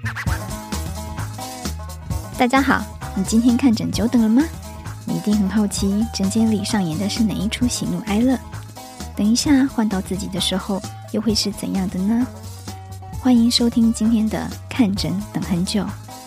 大家好，你今天看诊久等了吗？你一定很好奇诊间里上演的是哪一出喜怒哀乐，等一下换到自己的时候又会是怎样的呢？欢迎收听今天的看诊等很久。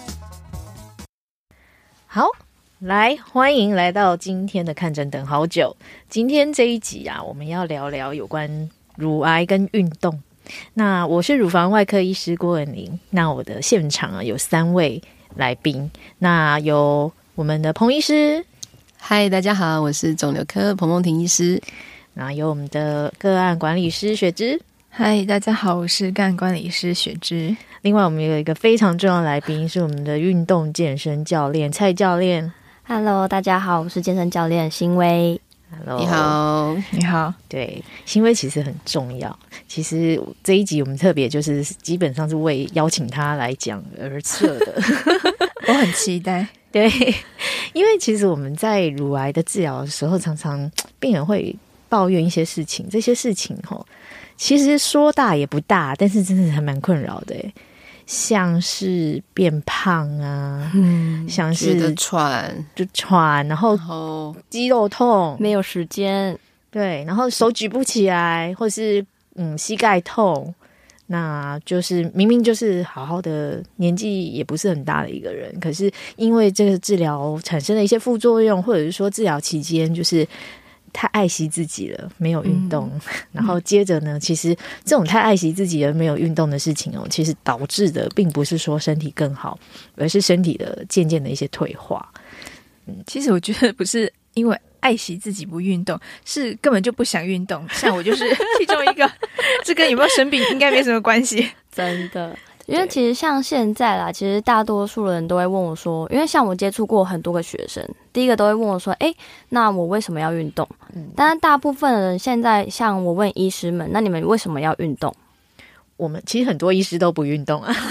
好，来欢迎来到今天的看诊等好久。今天这一集啊，我们要聊聊有关乳癌跟运动。那我是乳房外科医师郭文玲，那我的现场啊有3位来宾，那有我们的彭医师。 嗨，大家好，我是肿瘤科彭梦婷医师。 那有我们的个案管理师雪芝。 嗨，大家好，我是个案管理师雪芝。 另外我们有一个非常重要的来宾，是我们的运动健身教练蔡教练。 Hello， 大家好，我是健身教练欣薇。 Hello， 你好， 你好。 对，欣薇其实很重要。其实这一集我们特别就是基本上是为邀请他来讲而设的。 我很期待。 对，因为其实我们在乳癌的治疗的时候，常常病人会抱怨一些事情，这些事情其实说大也不大，但是真的还蛮困扰的耶。像是变胖啊，像是觉得喘，然后肌肉痛， 没有时间， 对，然后手举不起来，或是膝盖痛，那就是明明就是好好的，年纪也不是很大的一个人，可是因为这个治疗产生了一些副作用，或者是说治疗期间就是太爱惜自己了，没有运动，然后接着呢，其实这种太爱惜自己而没有运动的事情其实导致的并不是说身体更好，而是身体的渐渐的一些退化。 其实我觉得不是因为爱惜自己不运动，是根本就不想运动。像我就是其中一个，这跟有没有生病应该没什么关系。 真的。因为其实像现在啦，其实大多数人都会问我说，因为像我接触过很多个学生，第一个都会问我说，那我为什么要运动？但是大部分的人现在像我问医师们，那你们为什么要运动？ 我们其实很多医师都不运动啊。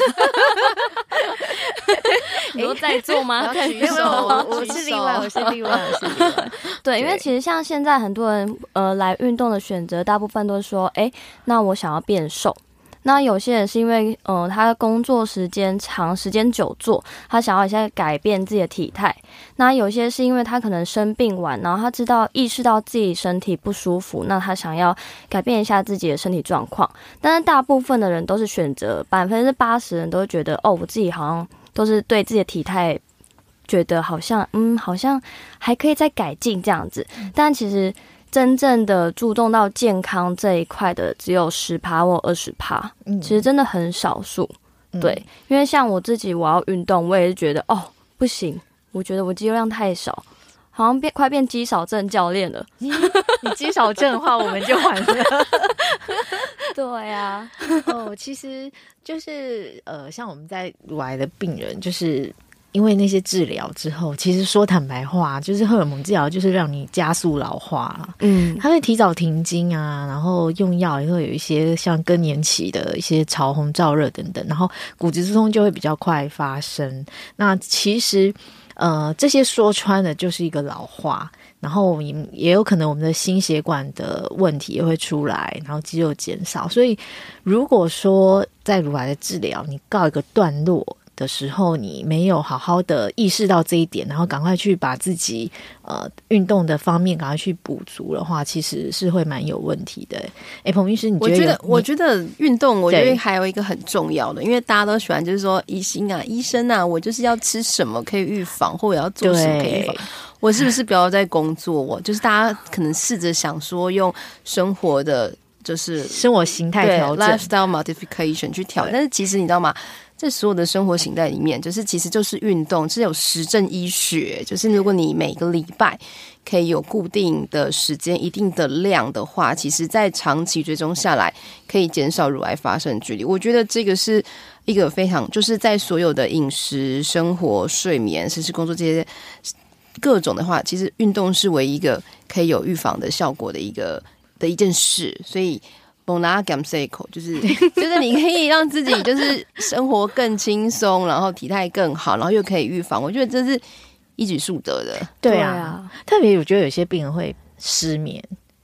你都在做吗？ 举手， 我是例外，我是例外。 对，因为其实像现在很多人来运动的选择，大部分都是说，那我想要变瘦。那有些人是因为他工作时间长时间久坐，他想要一下改变自己的体态。那有些是因为他可能生病完，然后他意识到自己身体不舒服，那他想要改变一下自己的身体状况。但是大部分的人都是选择80%人都会觉得我自己好像都是对自己的体态觉得好像还可以再改进这样子。但其实真正的注重到健康这一块的只有10%或20%，其实真的很少数。对，因为像我自己，我要运动，我也是觉得不行，我觉得我肌肉量太少，好像快变肌少症教练了。 你肌少症的话，我们就完了。 对啊， 其实就是像我们在乳癌的病人，就是因为那些治疗之后，其实说坦白话，就是荷尔蒙治疗就是让你加速老化，它会提早停经啊，然后用药也会有一些像更年期的一些潮红燥热等等，然后骨质疏松就会比较快发生。那其实这些说穿了就是一个老化，然后也有可能我们的心血管的问题也会出来，然后肌肉减少。所以如果说在乳癌的治疗你告一个段落的时候，你没有好好的意识到这一点，然后赶快去把自己运动的方面赶快去补足的话，其实是会蛮有问题的。彭医师，你觉得？ 我觉得运动，我觉得还有一个很重要的，因为大家都喜欢就是说医生啊，我就是要吃什么可以预防，或者要做什么可以预防。我是不是不要在工作？我就是大家可能试着想说用生活的，就是生活形态调整 lifestyle modification 去调，但是其实你知道吗？这所有的生活形态里面，其实就是运动，是有实证医学。就是如果你每个礼拜可以有固定的时间、一定的量的话，其实在长期追踪下来，可以减少乳癌发生距离。我觉得这个是一个非常，就是在所有的饮食、生活、睡眠，甚至工作这些各种的话，其实运动是唯一一个可以有预防的效果的一件事，所以。就是你可以让自己就是生活更轻松，然后体态更好，然后又可以预防，我觉得这是一举数得的。 对啊，特别我觉得有些病人会失眠，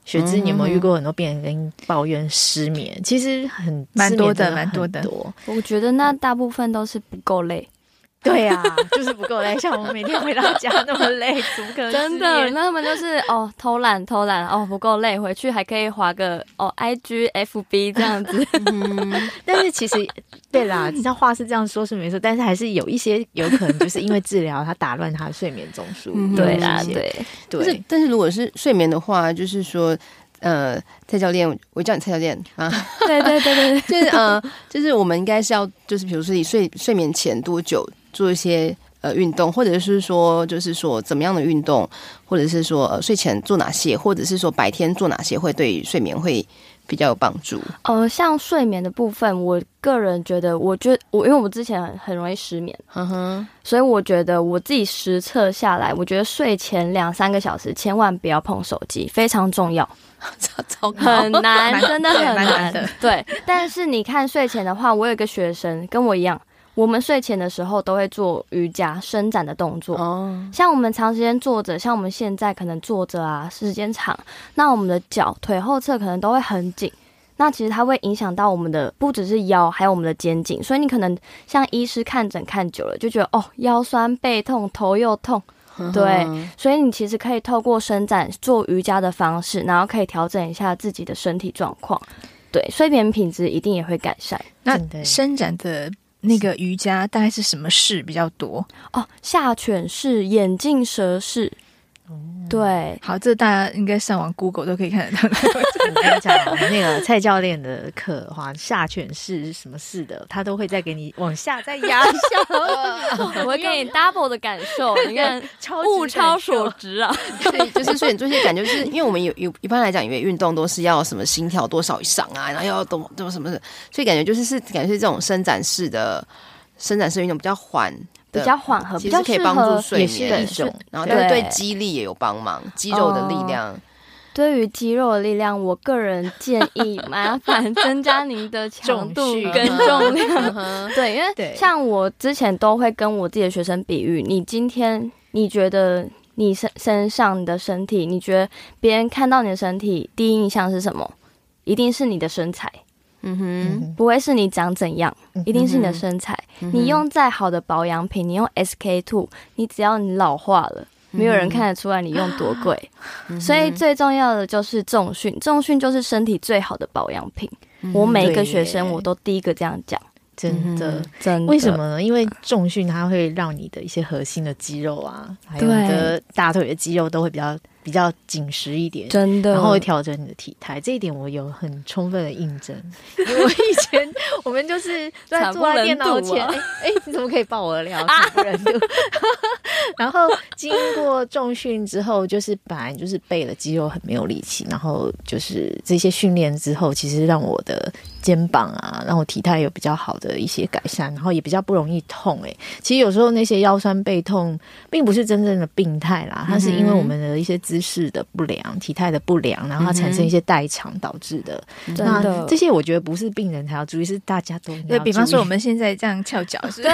雪芝，你有没有遇过很多病人跟你抱怨失眠？其实蛮多的， 蛮多的。 我觉得那大部分都是不够累。 对啊，就是不够累。像我们每天回到家那么累，怎么可能？ 真的，那他们就是偷懒不够累，回去还可以滑个IG FB 这样子。 但是其实对啦，像话是这样说是没错，但是还是有一些有可能就是因为治疗它打乱它的睡眠中枢。 对啦， 对。 但是如果是睡眠的话，就是说。蔡教练，我叫你蔡教练啊。 对， 就是我们应该是要，就是比如说你睡眠前多久做一些运动，或者是说就是说怎么样的运动，或者是说睡前做哪些，或者是说白天做哪些会对睡眠会比较有帮助。 像睡眠的部分，我个人觉得，因为我之前很容易失眠，所以我觉得我自己实测下来，我觉得睡前2-3个小时千万不要碰手机，非常重要。很难，真的很难的。对，但是你看睡前的话，我有一个学生跟我一样，我们睡前的时候都会做瑜伽伸展的动作。像我们长时间坐着，像我们现在可能坐着啊，时间长，那我们的脚腿后侧可能都会很紧。那其实它会影响到我们的不只是腰，还有我们的肩颈。所以你可能像医师看诊看久了，就觉得腰酸背痛，头又痛。对，所以你其实可以透过伸展做瑜伽的方式，然后可以调整一下自己的身体状况。对，睡眠品质一定也会改善。 那伸展的那个瑜伽大概是什么式比较多？ 下犬式、眼镜蛇式。对， 好，这大家应该上网 Google 都可以看得到。 我跟你讲，那个蔡教练的课的话，下犬式什么式的，他都会再给你往下再压一下， 我会给你 double 的感受。你看，物超所值啊！ 对，就是所以你做一些感觉，就是因为我们有一般来讲，以为运动都是要什么心跳多少以上啊，然后要多什么的，所以感觉感觉是这种伸展式运动比较缓。 比较缓和， 其实可以帮助睡眠， 一种， 然后对肌力也有帮忙，肌肉的力量。 对于肌肉的力量，我个人建议麻烦增加您的强度跟重量。对，因为像我之前都会跟我自己的学生比喻，你今天你觉得你身上你的身体，你觉得别人看到你的身体第一印象是什么？一定是你的身材。不会是你长怎样，一定是你的身材。你用再好的保养品，你用 SK2， 你只要你老化了，没有人看得出来你用多贵。所以最重要的就是重训，重训就是身体最好的保养品。我每一个学生我都第一个这样讲。 真的，为什么呢？因为重训它会让你的一些核心的肌肉啊，还有你的大腿的肌肉都会比较紧实一点， 真的， 然后会调整你的体态。这一点我有很充分的印证，因为我以前我们就是在坐在电脑前，你怎么可以爆我的料？惨不忍睹。然后经过重训之后，就是本来就是背的肌肉很没有力气，然后就是这些训练之后，其实让我的肩膀啊，让我体态有比较好的一些改善，然后也比较不容易痛。其实有时候那些腰酸背痛并不是真正的病态啦，它是因为我们的一些姿势的不良、体态的不良，然后它产生一些代偿导致的。那这些我觉得不是病人才要注意，是大家都要注意。 对，比方说我们现在这样翘脚， 对，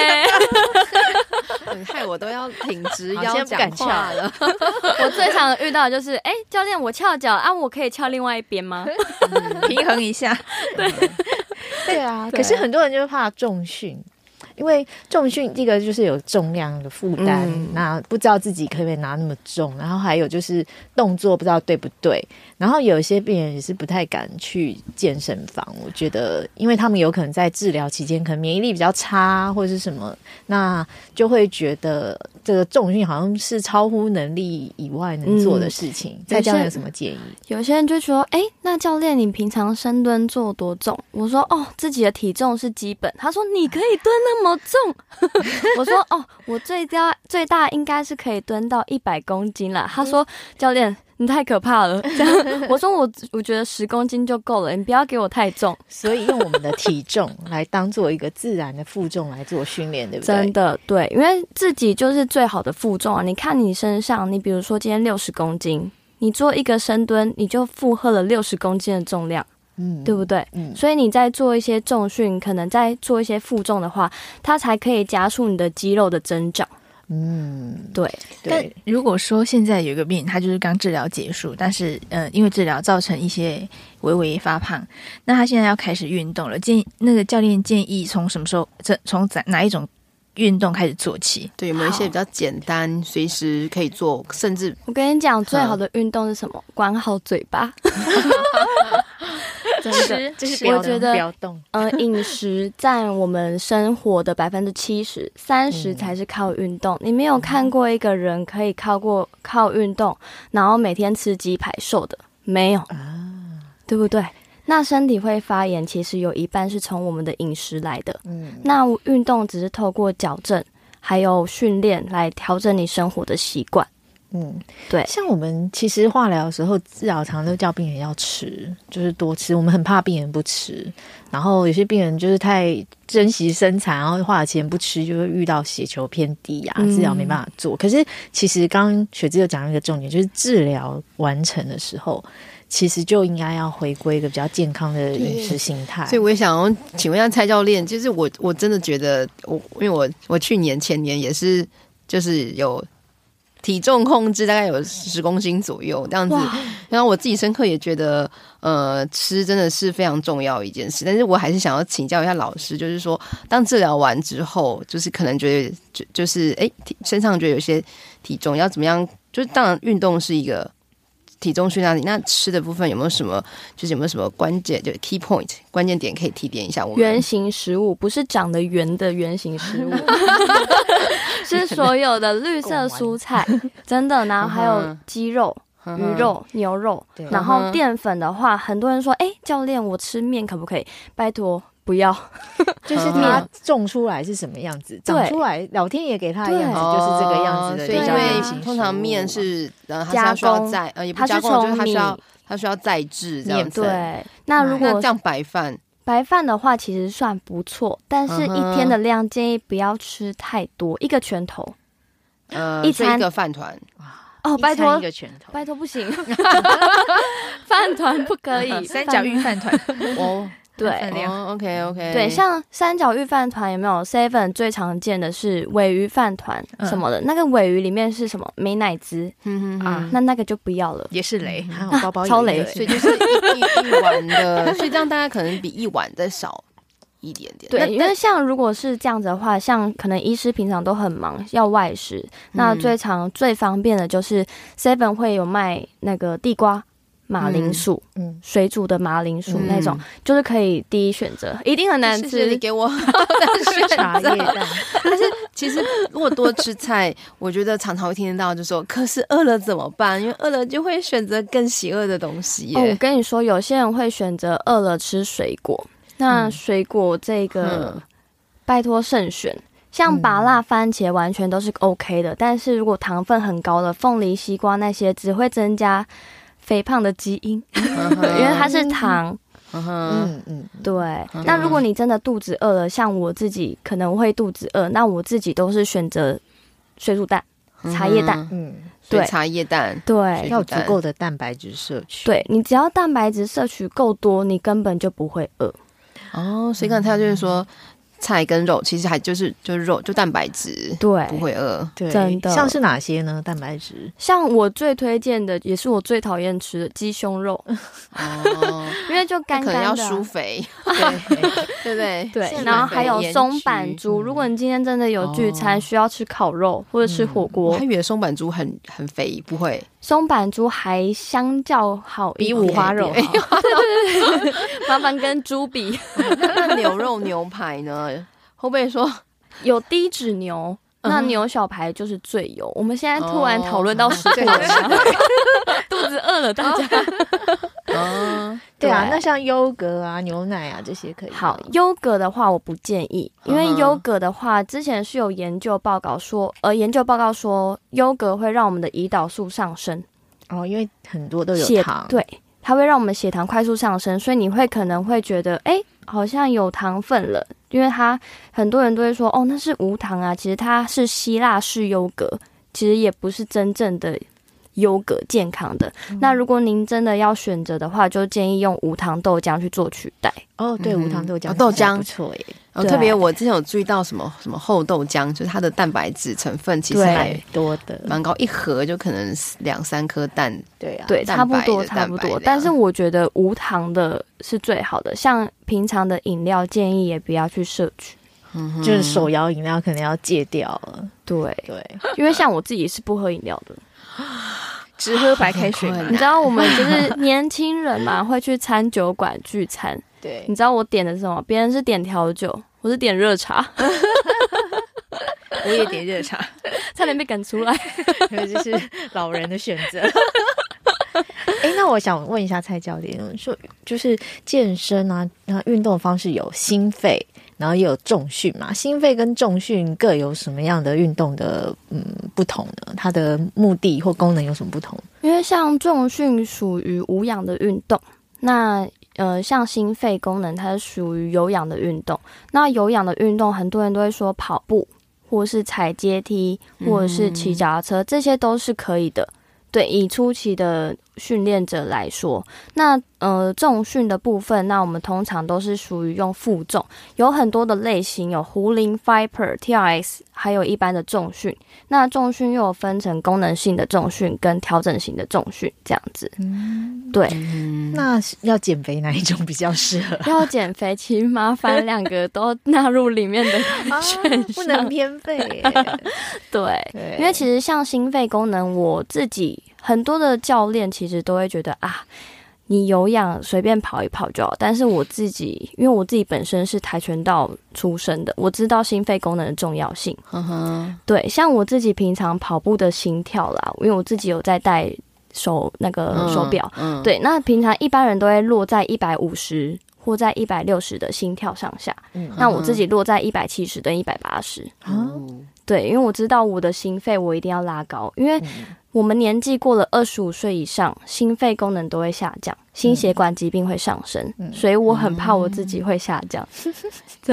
害我都要挺直腰讲话了。 我最常遇到的就是，教练，我翘脚啊，我可以翘另外一边吗？ 平衡一下。 对啊，可是很多人就怕重训。因为重训这个就是有重量的负担，那不知道自己可不可以拿那么重，然后还有就是动作不知道对不对，然后有一些病人也是不太敢去健身房。我觉得因为他们有可能在治疗期间可能免疫力比较差或者是什么，那就会觉得这个重训好像是超乎能力以外能做的事情。蔡教练有什么建议？ 有些人就说那教练你平常深蹲做多重？我说自己的体重是基本。他说你可以蹲那么重？我说我最大应该是可以蹲到100公斤啦。他说教练你太可怕了，这样我说我觉得10公斤就够了，你不要给我太重。 所以用我们的体重来当做一个自然的负重来做训练，对不对？ 真的对，因为自己就是最好的负重啊。你看你身上，你比如说今天60公斤，你做一个深蹲，你就负荷了60公斤的重量。对不对？所以你在做一些重训，可能在做一些负重的话，它才可以加速你的肌肉的增长。 对。 但如果说现在有一个病人，他就是刚治疗结束，但是因为治疗造成一些微微发胖，那他现在要开始运动了，那个教练建议从什么时候，从哪一种运动开始做起？ 对，有没有一些比较简单，随时可以做，甚至我跟你讲，最好的运动是什么？管好嘴巴。真的， 就是我觉得不要动。 饮食占我们生活的70%，30%才是靠运动。你没有看过一个人可以靠运动，然后每天吃鸡排瘦的，没有，对不对？那身体会发炎，其实有一半是从我们的饮食来的。那运动只是透过矫正还有训练来调整你生活的习惯。对， 像我们其实化疗的时候，治疗常都叫病人要吃，就是多吃。我们很怕病人不吃，然后有些病人就是太珍惜身材，然后化疗前不吃，就会遇到血球偏低啊，治疗没办法做。可是其实刚刚雪芝有讲一个重点，就是治疗完成的时候，其实就应该要回归一个比较健康的饮食形态。 所以我也想要请问一下蔡教练，就是我真的觉得因为我去年前年也是就是有体重控制大概有10公斤左右这样子，然后我自己深刻也觉得吃真的是非常重要一件事，但是我还是想要请教一下老师，就是说当治疗完之后，就是可能觉得就是身上觉得有些体重要怎么样，就是当然运动是一个体重训练，那吃的部分有没有什么关键就 key point 关键点可以提点一下我们？ 圆形食物不是长得圆的圆形食物，是所有的绿色蔬菜，真的，然后还有鸡肉、鱼肉、牛肉，然后淀粉的话，很多人说，教练，我吃面可不可以？拜托。不要， 就是它种出来是什么样子，长出来老天爷给它的样子就是这个样子的。 所以因为通常面是它需要再也不加工，就是它需要再制这样子。 对，那如果这样白饭的话，其实算不错，但是一天的量建议不要吃太多，一个拳头， 一餐一个饭团。 哦，拜托， 一个拳头， 拜托不行，饭团不可以， 三角玉饭团哦。对 ，OK， 对，像三角玉饭团有没有 ？7 最常见的是鲔鱼饭团什么的，那个鲔鱼里面是什么？美乃滋那个就不要了， 也是雷， 还有包包超雷， 所以就是一碗的，所以这样大概可能比一碗再少一点点。 对，因为像如果是这样子的话，像可能医师平常都很忙，要外食，那最方便的就是 7 会有卖那个地瓜。马铃薯，水煮的马铃薯那种，就是可以第一选择，一定很难吃。 谢谢你给我茶叶蛋。 但是其实如果多吃菜，我觉得常常会听得到，就说可是饿了怎么办？因为饿了就会选择更邪恶的东西耶。 我跟你说，有些人会选择饿了吃水果，那水果这个拜托慎选。像芭乐、番茄完全都是 OK 的，但是如果糖分很高的凤梨、西瓜那些，只会增加肥胖的基因，因为它是糖。对。那如果你真的肚子饿了，像我自己可能会肚子饿，那我自己都是选择水煮蛋、茶叶蛋。 对，茶叶蛋， 对， 要有足够的蛋白质摄取。 对，你只要蛋白质摄取够多，你根本就不会饿。 所以刚才就是说。菜跟肉其实还就是肉，就蛋白质， 对， 不会饿， 对， 真的。 像是哪些呢？蛋白质， 像我最推荐的，也是我最讨厌吃的鸡胸肉，因为就干干的， 可能要疏肥，对不对？ 对，然后还有松板猪，如果你今天真的有聚餐需要吃烤肉或者吃火锅， 我还以为松板猪很肥，不会。 松板猪还相较好，比五花肉好，对，麻烦跟猪比。 那牛肉牛排呢？会不会说有低脂牛？那牛小排就是最油。我们现在突然讨论到食谱了，肚子饿了，大家。 对啊，那像优格啊、牛奶啊这些可以吗？ 好，优格的话我不建议，因为优格的话，之前是有研究报告说，优格会让我们的胰岛素上升。 因为很多都有糖， 对，它会让我们血糖快速上升，所以你可能会觉得，好像有糖分了，因为它很多人都会说，那是无糖啊，其实它是希腊式优格，其实也不是真正的优格健康的。那如果您真的要选择的话，就建议用无糖豆浆去做取代。 哦，对，无糖豆浆， 豆浆不错耶。 特别我之前有注意到什么厚豆浆，就是它的蛋白质成分其实还多的， 蛮高，一盒就可能2-3颗蛋。 对啊， 对，差不多。但是我觉得无糖的是最好的，像平常的饮料建议也不要去摄取。 就是手摇饮料可能要戒掉了。 对，因为像我自己是不喝饮料的。 只喝白开水。 你知道我们就是年轻人嘛，会去餐酒馆聚餐。 对， 你知道我点的是什么？别人是点调酒，我是点热茶。 我也点热茶， 差点被赶出来。 这是老人的选择。那我想问一下蔡教练，说就是健身啊，那运动方式有心肺，然后也有重训嘛。心肺跟重训各有什么样的运动的不同呢？它的目的或功能有什么不同？ 因为像重训属于无氧的运动，那像心肺功能它是属于有氧的运动。那有氧的运动，很多人都会说跑步，或是踩阶梯，或者是骑脚踏车，这些都是可以的。对，以初期的训练者来说，那重训的部分，那我们通常都是属于用负重，有很多的类型，有壶铃、Viper、TRX， 还有一般的重训。那重训又有分成功能性的重训跟调整型的重训，这样子。对。 那要减肥哪一种比较适合？ 要减肥，其实麻烦两个都纳入里面的选项， 不能偏废耶。 对，因为其实像心肺功能，我自己很多的教练其实都会觉得你有氧随便跑一跑就好。但是我自己，因为我自己本身是跆拳道出身的，我知道心肺功能的重要性。对，像我自己平常跑步的心跳啦，因为我自己有在戴手表，对，那平常一般人都会落在150或在160的心跳上下，那我自己落在170跟180。对，因为我知道我的心肺我一定要拉高，因为我们年纪过了25岁以上，心肺功能都会下降，心血管疾病会上升，所以我很怕我自己会下降。对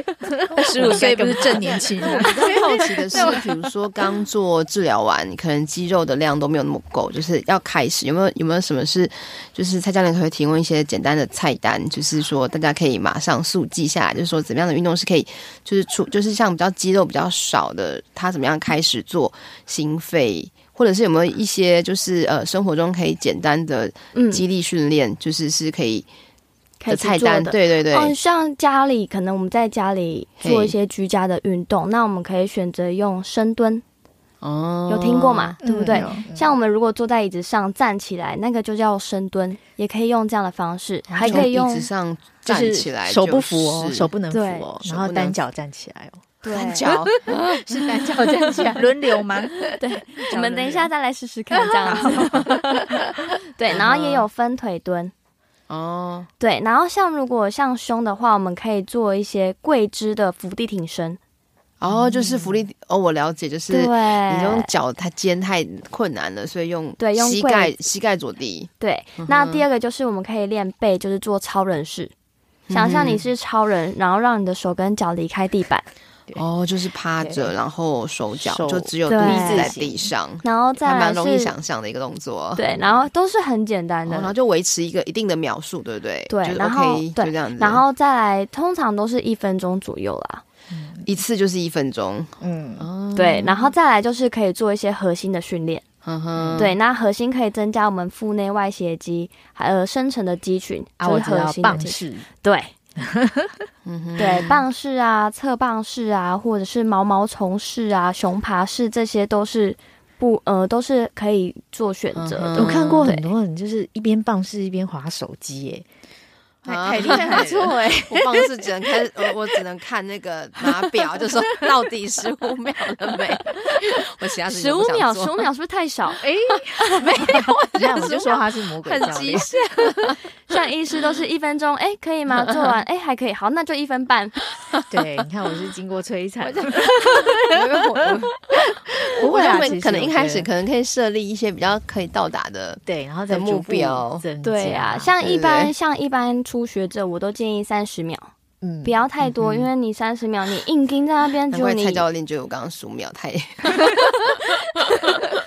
，15岁不是正年轻人。 我比较好奇的是，比如说刚做治疗完，你可能肌肉的量都没有那么够，就是要开始有没有什么是，就是蔡教练可以提供一些简单的菜单，就是说大家可以马上速记下来，就是说怎么样的运动是可以，就是像比较肌肉比较少的，他怎么样开始做心肺。或者是有没有一些就是生活中可以简单的肌力训练，就是可以的菜单，对， 像家里可能我们在家里做一些居家的运动，那我们可以选择用深蹲。有听过嘛？对不对？像我们如果坐在椅子上站起来，那个就叫深蹲，也可以用这样的方式，还可以用椅子上站起来， 手不扶哦，手不能扶哦，然后单脚站起来哦。 单脚是单脚站起来， 轮流吗？ 对，我们等一下再来试试看这样子。对，然后也有分腿蹲。对，然后如果像胸的话，我们可以做一些跪姿的伏地挺身。 就是伏地我了解，就是你用脚它肩太困难了，所以用膝盖着地。 对，那第二个就是我们可以练背，就是做超人式。想象你是超人，然后让你的手跟脚离开地板。 就是趴着，然后手脚就只有肚子在地上， 然后再来是还蛮容易想象的一个动作。 对，然后都是很简单的， 然后就维持一个一定的秒数，对不对？ 对， 就是然后就这样子， 然后再来，通常都是1分钟左右啦。 一次就是1分钟。 对，然后再来就是可以做一些核心的训练。对，那核心可以增加我们腹内外斜肌，还有深层的肌群，就是核心的肌群。对。对，棒式啊、侧棒式啊，或者是毛毛虫式啊、熊爬式，这些都是都是可以做选择的。 我看过很多人就是一边棒式一边滑手机耶。 太厉害了！ 我棒式只能看，我只能看那个拿表，就说到底15秒了没？我其他事情都不想做。 15秒是不是太少？ 没有， 这样我就说他是魔鬼教练， 很极限。 像医师都是1分钟，可以吗？做完，还可以，好，那就1分半。 对，你看我是经过摧残。 不会啊，可能一开始可能可以设立一些比较可以到达的， 对，然后再目标。 对啊，像一般初学者，我都建议30秒。不要太多，因为你30秒你硬盯在那边， 难怪蔡教练觉得我刚刚10秒太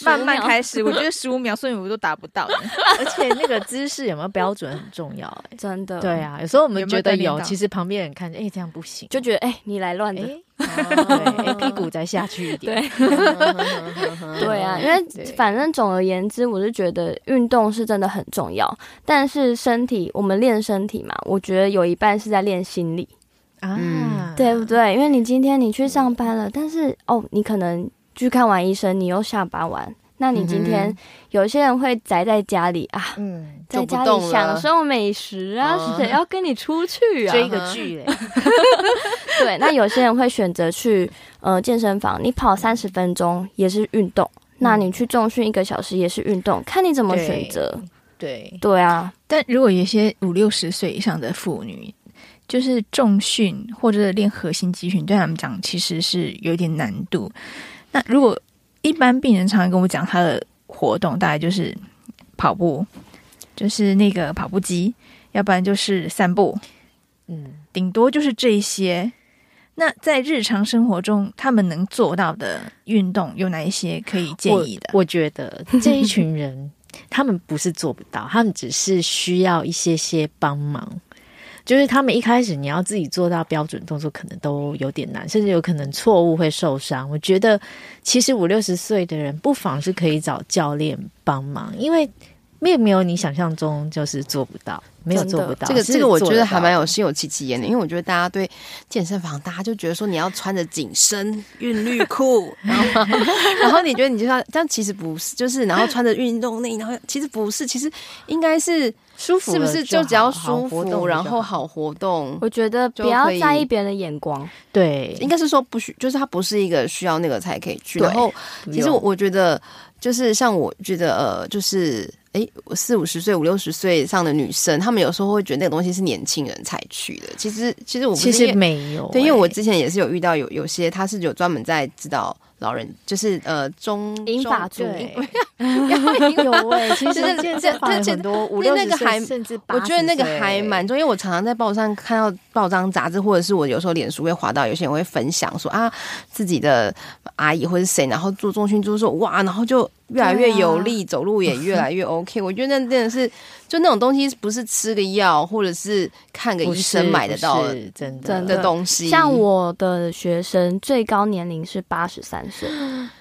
慢慢开始，我觉得15秒所以我都达不到的。 而且那个姿势有没有标准很重要、欸， 真的。 对啊，有时候我们觉得有没有其实旁边人看，这样不行， 就觉得你来乱的。 对，屁股再下去一点。 对啊，因为反正总而言之，我是觉得运动是真的很重要，但是我们练身体嘛，我觉得有一半是在练心理啊， 对不对？因为你今天你去上班了，但是你可能去看完医生，你又下班完。那你今天有些人会宅在家里啊，在家里享受美食啊，谁要跟你出去啊？ 追一个剧嘞。 对，那有些人会选择去健身房，你跑30分钟也是运动，那你去重训1个小时也是运动，看你怎么选择。对啊， 但如果有一些50-60岁以上的妇女，就是重训或者练核心肌群，对他们讲其实是有点难度。那如果一般病人常常跟我讲他的活动大概就是跑步，就是那个跑步机，要不然就是散步，顶多就是这些。那在日常生活中他们能做到的运动有哪一些可以建议的？ 我觉得这一群人他们不是做不到，他们只是需要一些帮忙。就是他们一开始你要自己做到标准动作可能都有点难，甚至有可能错误会受伤。我觉得其实50-60岁的人不妨是可以找教练帮忙，因为并没有你想象中就是做不到，没有做不到。 这个我觉得还蛮有心有戚戚焉的，因为我觉得大家对健身房，大家就觉得说你要穿着紧身韵律裤，然后你觉得你就要这样，其实不是，就是然后穿着运动内，然后其实不是，其实应该是舒服， 是不是就只要舒服，然后好活动？ 我觉得不要在意别人的眼光。 对， 应该是说不需，就是它不是一个需要那个才可以去。然后其实我觉得就是像我觉得就是40-50岁50-60岁上的女生，她们有时候会觉得那个东西是年轻人才去的。其实我不是， 其实没有， 对，因为我之前也是有遇到有些他是有专门在指导老人，就是英法族有其实健身房有很多50-60岁甚至80岁， 我觉得那个还蛮重要。因为我常常在报上看到报章杂志，或者是我有时候脸书会滑到有些人会分享说自己的阿姨或是谁，然后做重训说哇，然后就越来越有力，走路也越来越 OK。我觉得那真的是就那种东西不是吃个药或者是看个医生买得到的真的东西。 像我的学生最高年龄是83岁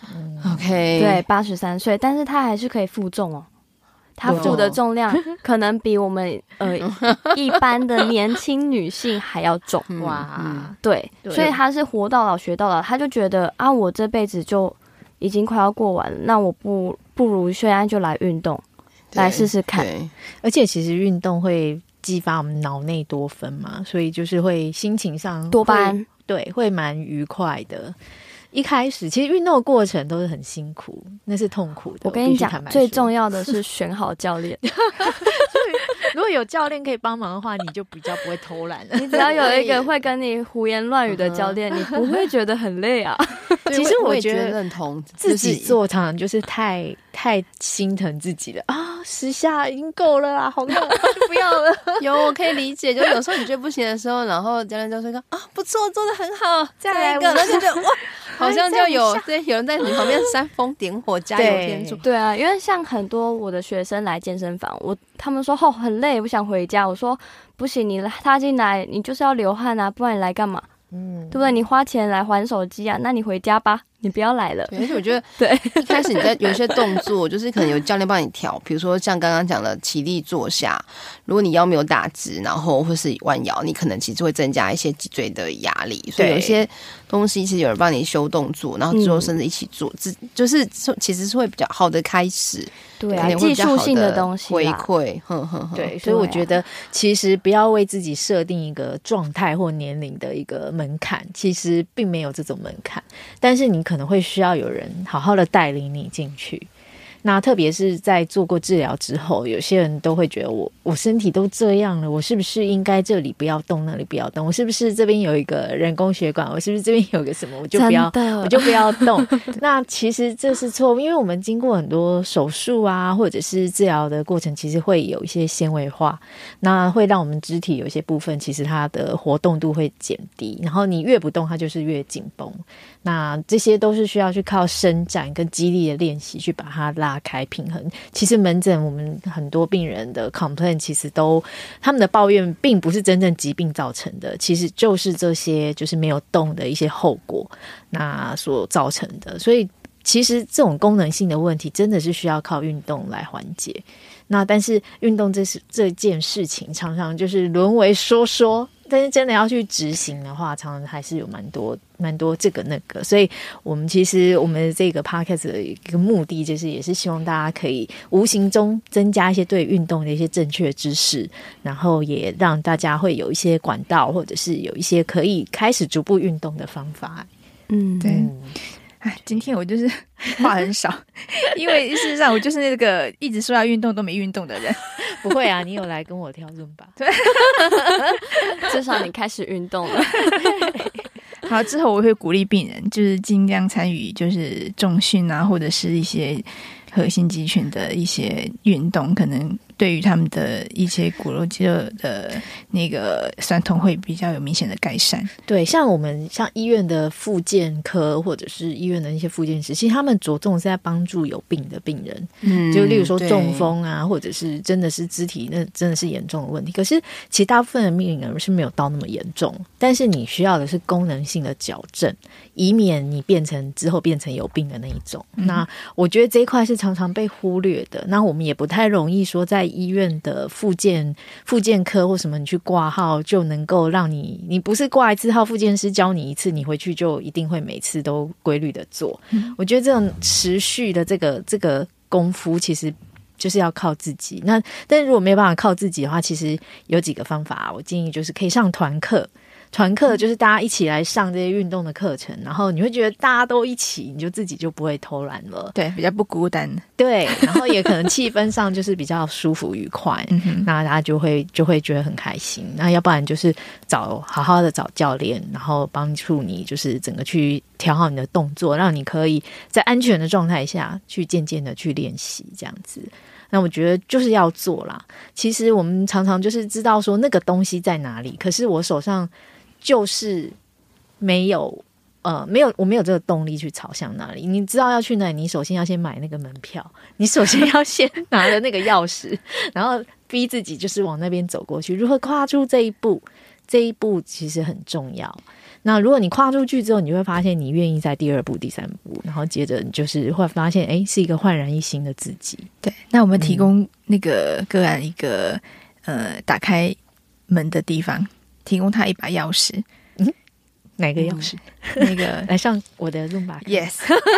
OK， 对，83岁，但是他还是可以负重哦。他负的重量可能比我们一般的年轻女性还要重。哇，对，所以他是活到老学到老，他就觉得我这辈子就已经快要过完了，那我不如现在就来运动，来试试看。 而且其实运动会激发我们脑内多酚嘛，所以就是会心情上多巴胺， 对，会蛮愉快的。一开始其实运动的过程都是很辛苦，那是痛苦的。 我跟你讲，最重要的是选好教练。 如果有教练可以帮忙的话，你就比较不会偷懒了。 你只要有一个会跟你胡言乱语的教练，你不会觉得很累啊。 其实我觉得认同自己做常常就是太心疼自己了10下已经够了啦，好累，不要了。 我可以理解，就有时候你觉得不行的时候，然后教练就说不错，做得很好，再来一个，然后就觉得哇，好像就有人在你旁边煽风点火，加油添醋。 对啊，因为像很多我的学生来健身房，他们说很累，不想回家。我说不行，你踏进来，你就是要流汗啊，不然你来干嘛？对不对？你花钱来还手机啊，那你回家吧，你不要来了。 而且我觉得，对，一开始你在有一些动作，就是可能有教练帮你调，比如说像刚刚讲的起立坐下，如果你腰没有打直，然后或是弯腰，你可能其实会增加一些脊椎的压力。所以有一些东西其实有人帮你修动作，然后之后甚至一起做，就是其实是会比较好的开始。 对啊，技术性的东西回馈， 对，所以我觉得其实不要为自己设定一个状态或年龄的一个门槛，其实并没有这种门槛，但是你可能会需要有人好好的带领你进去。 那特别是在做过治疗之后，有些人都会觉得我身体都这样了，我是不是应该这里不要动，那里不要动？我是不是这边有一个人工血管？我是不是这边有个什么？我就不要动。那其实这是错误，因为我们经过很多手术啊，或者是治疗的过程，其实会有一些纤维化，那会让我们肢体有一些部分，其实它的活动度会减低，然后你越不动，它就是越紧绷。那这些都是需要去靠伸展跟肌力的练习去把它拉开平衡。其实门诊我们很多病人的 complaint 其实都他们的抱怨并不是真正疾病造成的，其实就是这些就是没有动的一些后果那所造成的。所以其实这种功能性的问题真的是需要靠运动来缓解。那但是运动这件事情常常就是沦为说，但是真的要去执行的话，常常还是有蛮多这个那个。所以我们其实我们这个 podcast 的一个目的就是也是希望大家可以无形中增加一些对运动的一些正确知识，然后也让大家会有一些管道，或者是有一些可以开始逐步运动的方法。 对。今天我就是话很少，因为事实上我就是那个一直说要运动都没运动的人。 不会啊，你有来跟我跳Zumba吧？ 对，至少你开始运动了。 好，之后我会鼓励病人就是尽量参与就是重训啊，或者是一些核心肌群的一些运动，可能对于他们的一些骨肉肌肉的那个酸痛会比较有明显的改善。 对，像医院的复健科或者是医院的一些复健师，其实他们着重是在帮助有病的病人，就例如说中风啊，或者是真的是肢体那真的是严重的问题。可是其实大部分的病人是没有到那么严重，但是你需要的是功能性的矫正，以免你之后变成有病的那一种。那我觉得这一块是常常被忽略的。那我们也不太容易说在医院的复健科或什么你去挂号就能够让你不是挂一次号，复健师教你一次，你回去就一定会每次都规律的做。我觉得这种持续的这个功夫其实就是要靠自己。那但是如果没有办法靠自己的话，其实有几个方法，我建议就是可以上团课就是大家一起来上这些运动的课程，然后你会觉得大家都一起，你就自己就不会偷懒了， 对，比较不孤单， 对，然后也可能气氛上就是比较舒服愉快那大家就会觉得很开心。那要不然就是好好的找教练，然后帮助你就是整个去调好你的动作，让你可以在安全的状态下去渐渐的去练习这样子。那我觉得就是要做啦。其实我们常常就是知道说那个东西在哪里，可是我手上就是我没有这个动力去朝向那里。你知道要去哪里，你首先要先买那个门票，你首先要先拿了那个钥匙，然后逼自己就是往那边走过去。如何跨出这一步其实很重要。那如果你跨出去之后，你会发现你愿意在第二步第三步，然后接着你就是会发现是一个焕然一新的自己。 对，那我们提供那个个案一个打开门的地方，提供他一把钥匙。 哪个钥匙？ 那个来上我的 Zumba Yes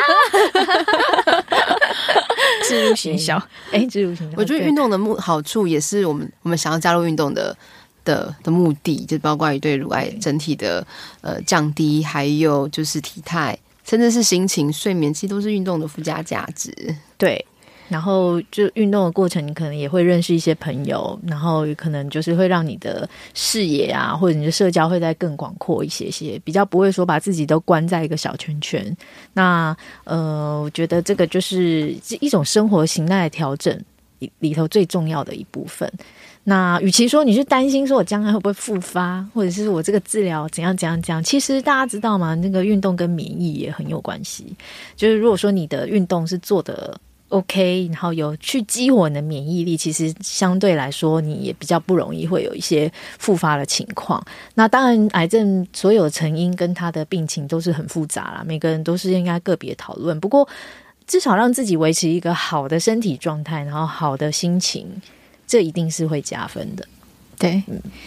置入行销。 置入行销。 我觉得运动的好处也是我们想要加入运动的目的，就包括于对乳癌整体的降低，还有就是体态，甚至是心情、睡眠，其实都是运动的附加价值。 对。然后就运动的过程，你可能也会认识一些朋友，然后可能就是会让你的视野啊，或者你的社交会再更广阔一些，比较不会说把自己都关在一个小圈圈。那我觉得这个就是一种生活形态的调整里头最重要的一部分。那与其说你是担心说我将来会不会复发，或者是我这个治疗怎样，其实大家知道吗？那个运动跟免疫也很有关系。就是如果说你的运动是做的OK， 然后有去激活你的免疫力，其实相对来说你也比较不容易会有一些复发的情况。那当然癌症所有成因跟它的病情都是很复杂啦，每个人都是应该个别讨论，不过至少让自己维持一个好的身体状态，然后好的心情，这一定是会加分的。 对，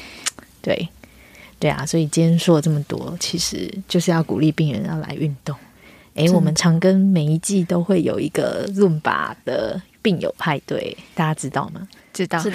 对啊，所以今天说了这么多，其实就是要鼓励病人要来运动。我们长庚每一季都会有一个 Zumba 的病友派对，大家知道吗？ 知道。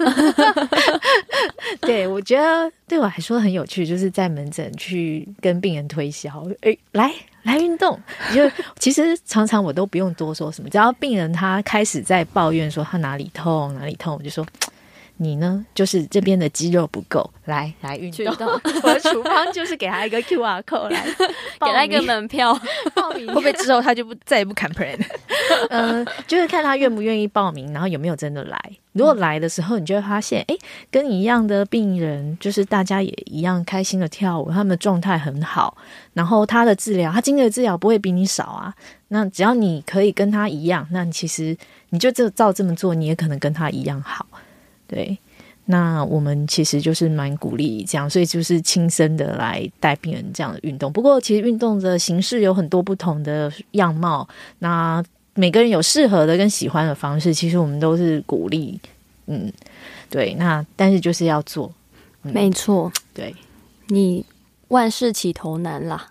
对，我觉得对我来说很有趣，就是在门诊去跟病人推销，来来运动。就其实常常我都不用多说什么，只要病人他开始在抱怨说他哪里痛，我就说你呢，就是这边的肌肉不够，来运动。我的处方就是给他一个 QR code 来给他一个门票报名， 会不会之后他就再也不砍 plan？ 就是看他愿不愿意报名，然后有没有真的来。如果来的时候，你就会发现，跟你一样的病人，就是大家也一样开心的跳舞，他们的状态很好，然后他的治疗，他经历的治疗不会比你少啊。那只要你可以跟他一样，那其实你就照这么做，你也可能跟他一样好。对，那我们其实就是蛮鼓励这样，所以就是亲身的来带病人这样的运动。不过其实运动的形式有很多不同的样貌，那每个人有适合的跟喜欢的方式，其实我们都是鼓励。对，那但是就是要做。 没错， 对， 你万事起头难啦。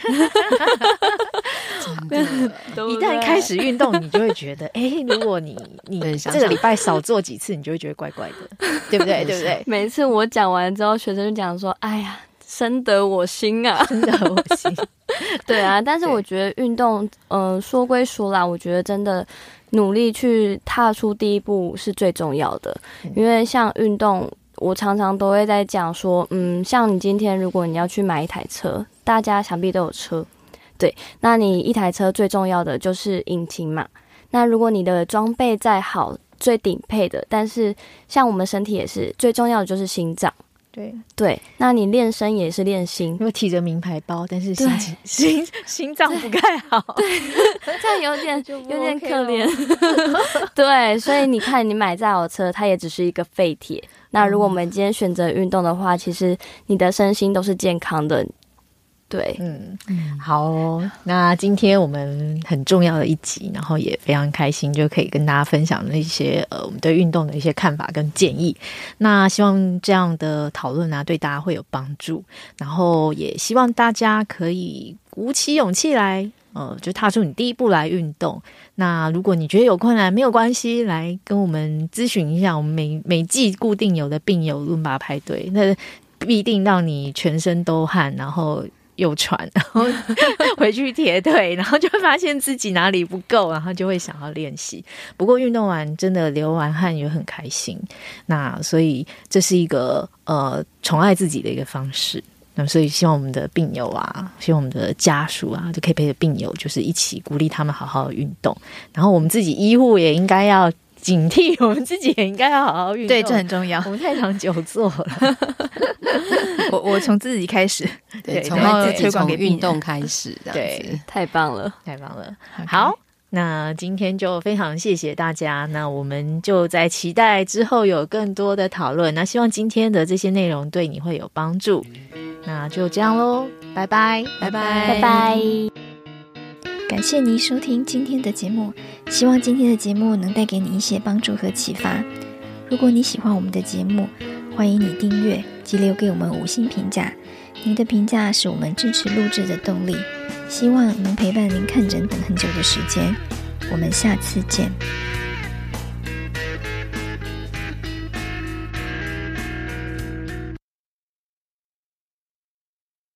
一旦开始运动，你就会觉得，如果你这个礼拜少做几次，你就会觉得怪怪的，对不对？对不对？ 每次我讲完之后，学生就讲说：“哎呀，深得我心啊， 深得我心。” 对啊，但是我觉得运动，说归说啦，我觉得真的努力去踏出第一步是最重要的，因为像运动。我常常都会在讲说，像你今天如果你要去买一台车，大家想必都有车，对，那你一台车最重要的就是引擎嘛。那如果你的装备再好，最顶配的，但是像我们身体也是最重要的就是心脏。对，那你练身也是练心， 因为提着名牌包，但是心脏不太好， 对，这样有点可怜。对，所以你看，你买再好车，它也只是一个废铁。那如果我们今天选择运动的话，其实你的身心都是健康的。对， 好哦，那今天我们很重要的一集，然后也非常开心，就可以跟大家分享一些我们对运动的一些看法跟建议。那希望这样的讨论啊，对大家会有帮助，然后也希望大家可以鼓起勇气来，就踏出你第一步来运动。那如果你觉得有困难，没有关系，来跟我们咨询一下，我们每季固定有的病友伦巴派对，那必定让你全身都汗，然后又喘，然后回去铁腿，然后就会发现自己哪里不够，然后就会想要练习。不过运动完真的流完汗也很开心，那所以这是一个宠爱自己的一个方式。那所以希望我们的病友啊，希望我们的家属啊，就可以陪着病友，就是一起鼓励他们好好的运动。然后我们自己医护也应该要警惕，我们自己也应该要好好运动。 对，这很重要。 我们太常久坐了。 我从自己开始， 对， 然后推广给运动开始，这样子， 太棒了， 太棒了。好。那今天就非常谢谢大家，那我们就在期待之后有更多的讨论，那希望今天的这些内容对你会有帮助。那就这样咯，拜拜拜拜拜拜。 感谢你收听今天的节目，希望今天的节目能带给你一些帮助和启发。如果你喜欢我们的节目，欢迎你订阅及留给我们5星评价，您的评价是我们支持录制的动力，希望能陪伴您看诊等很久的时间。我们下次见。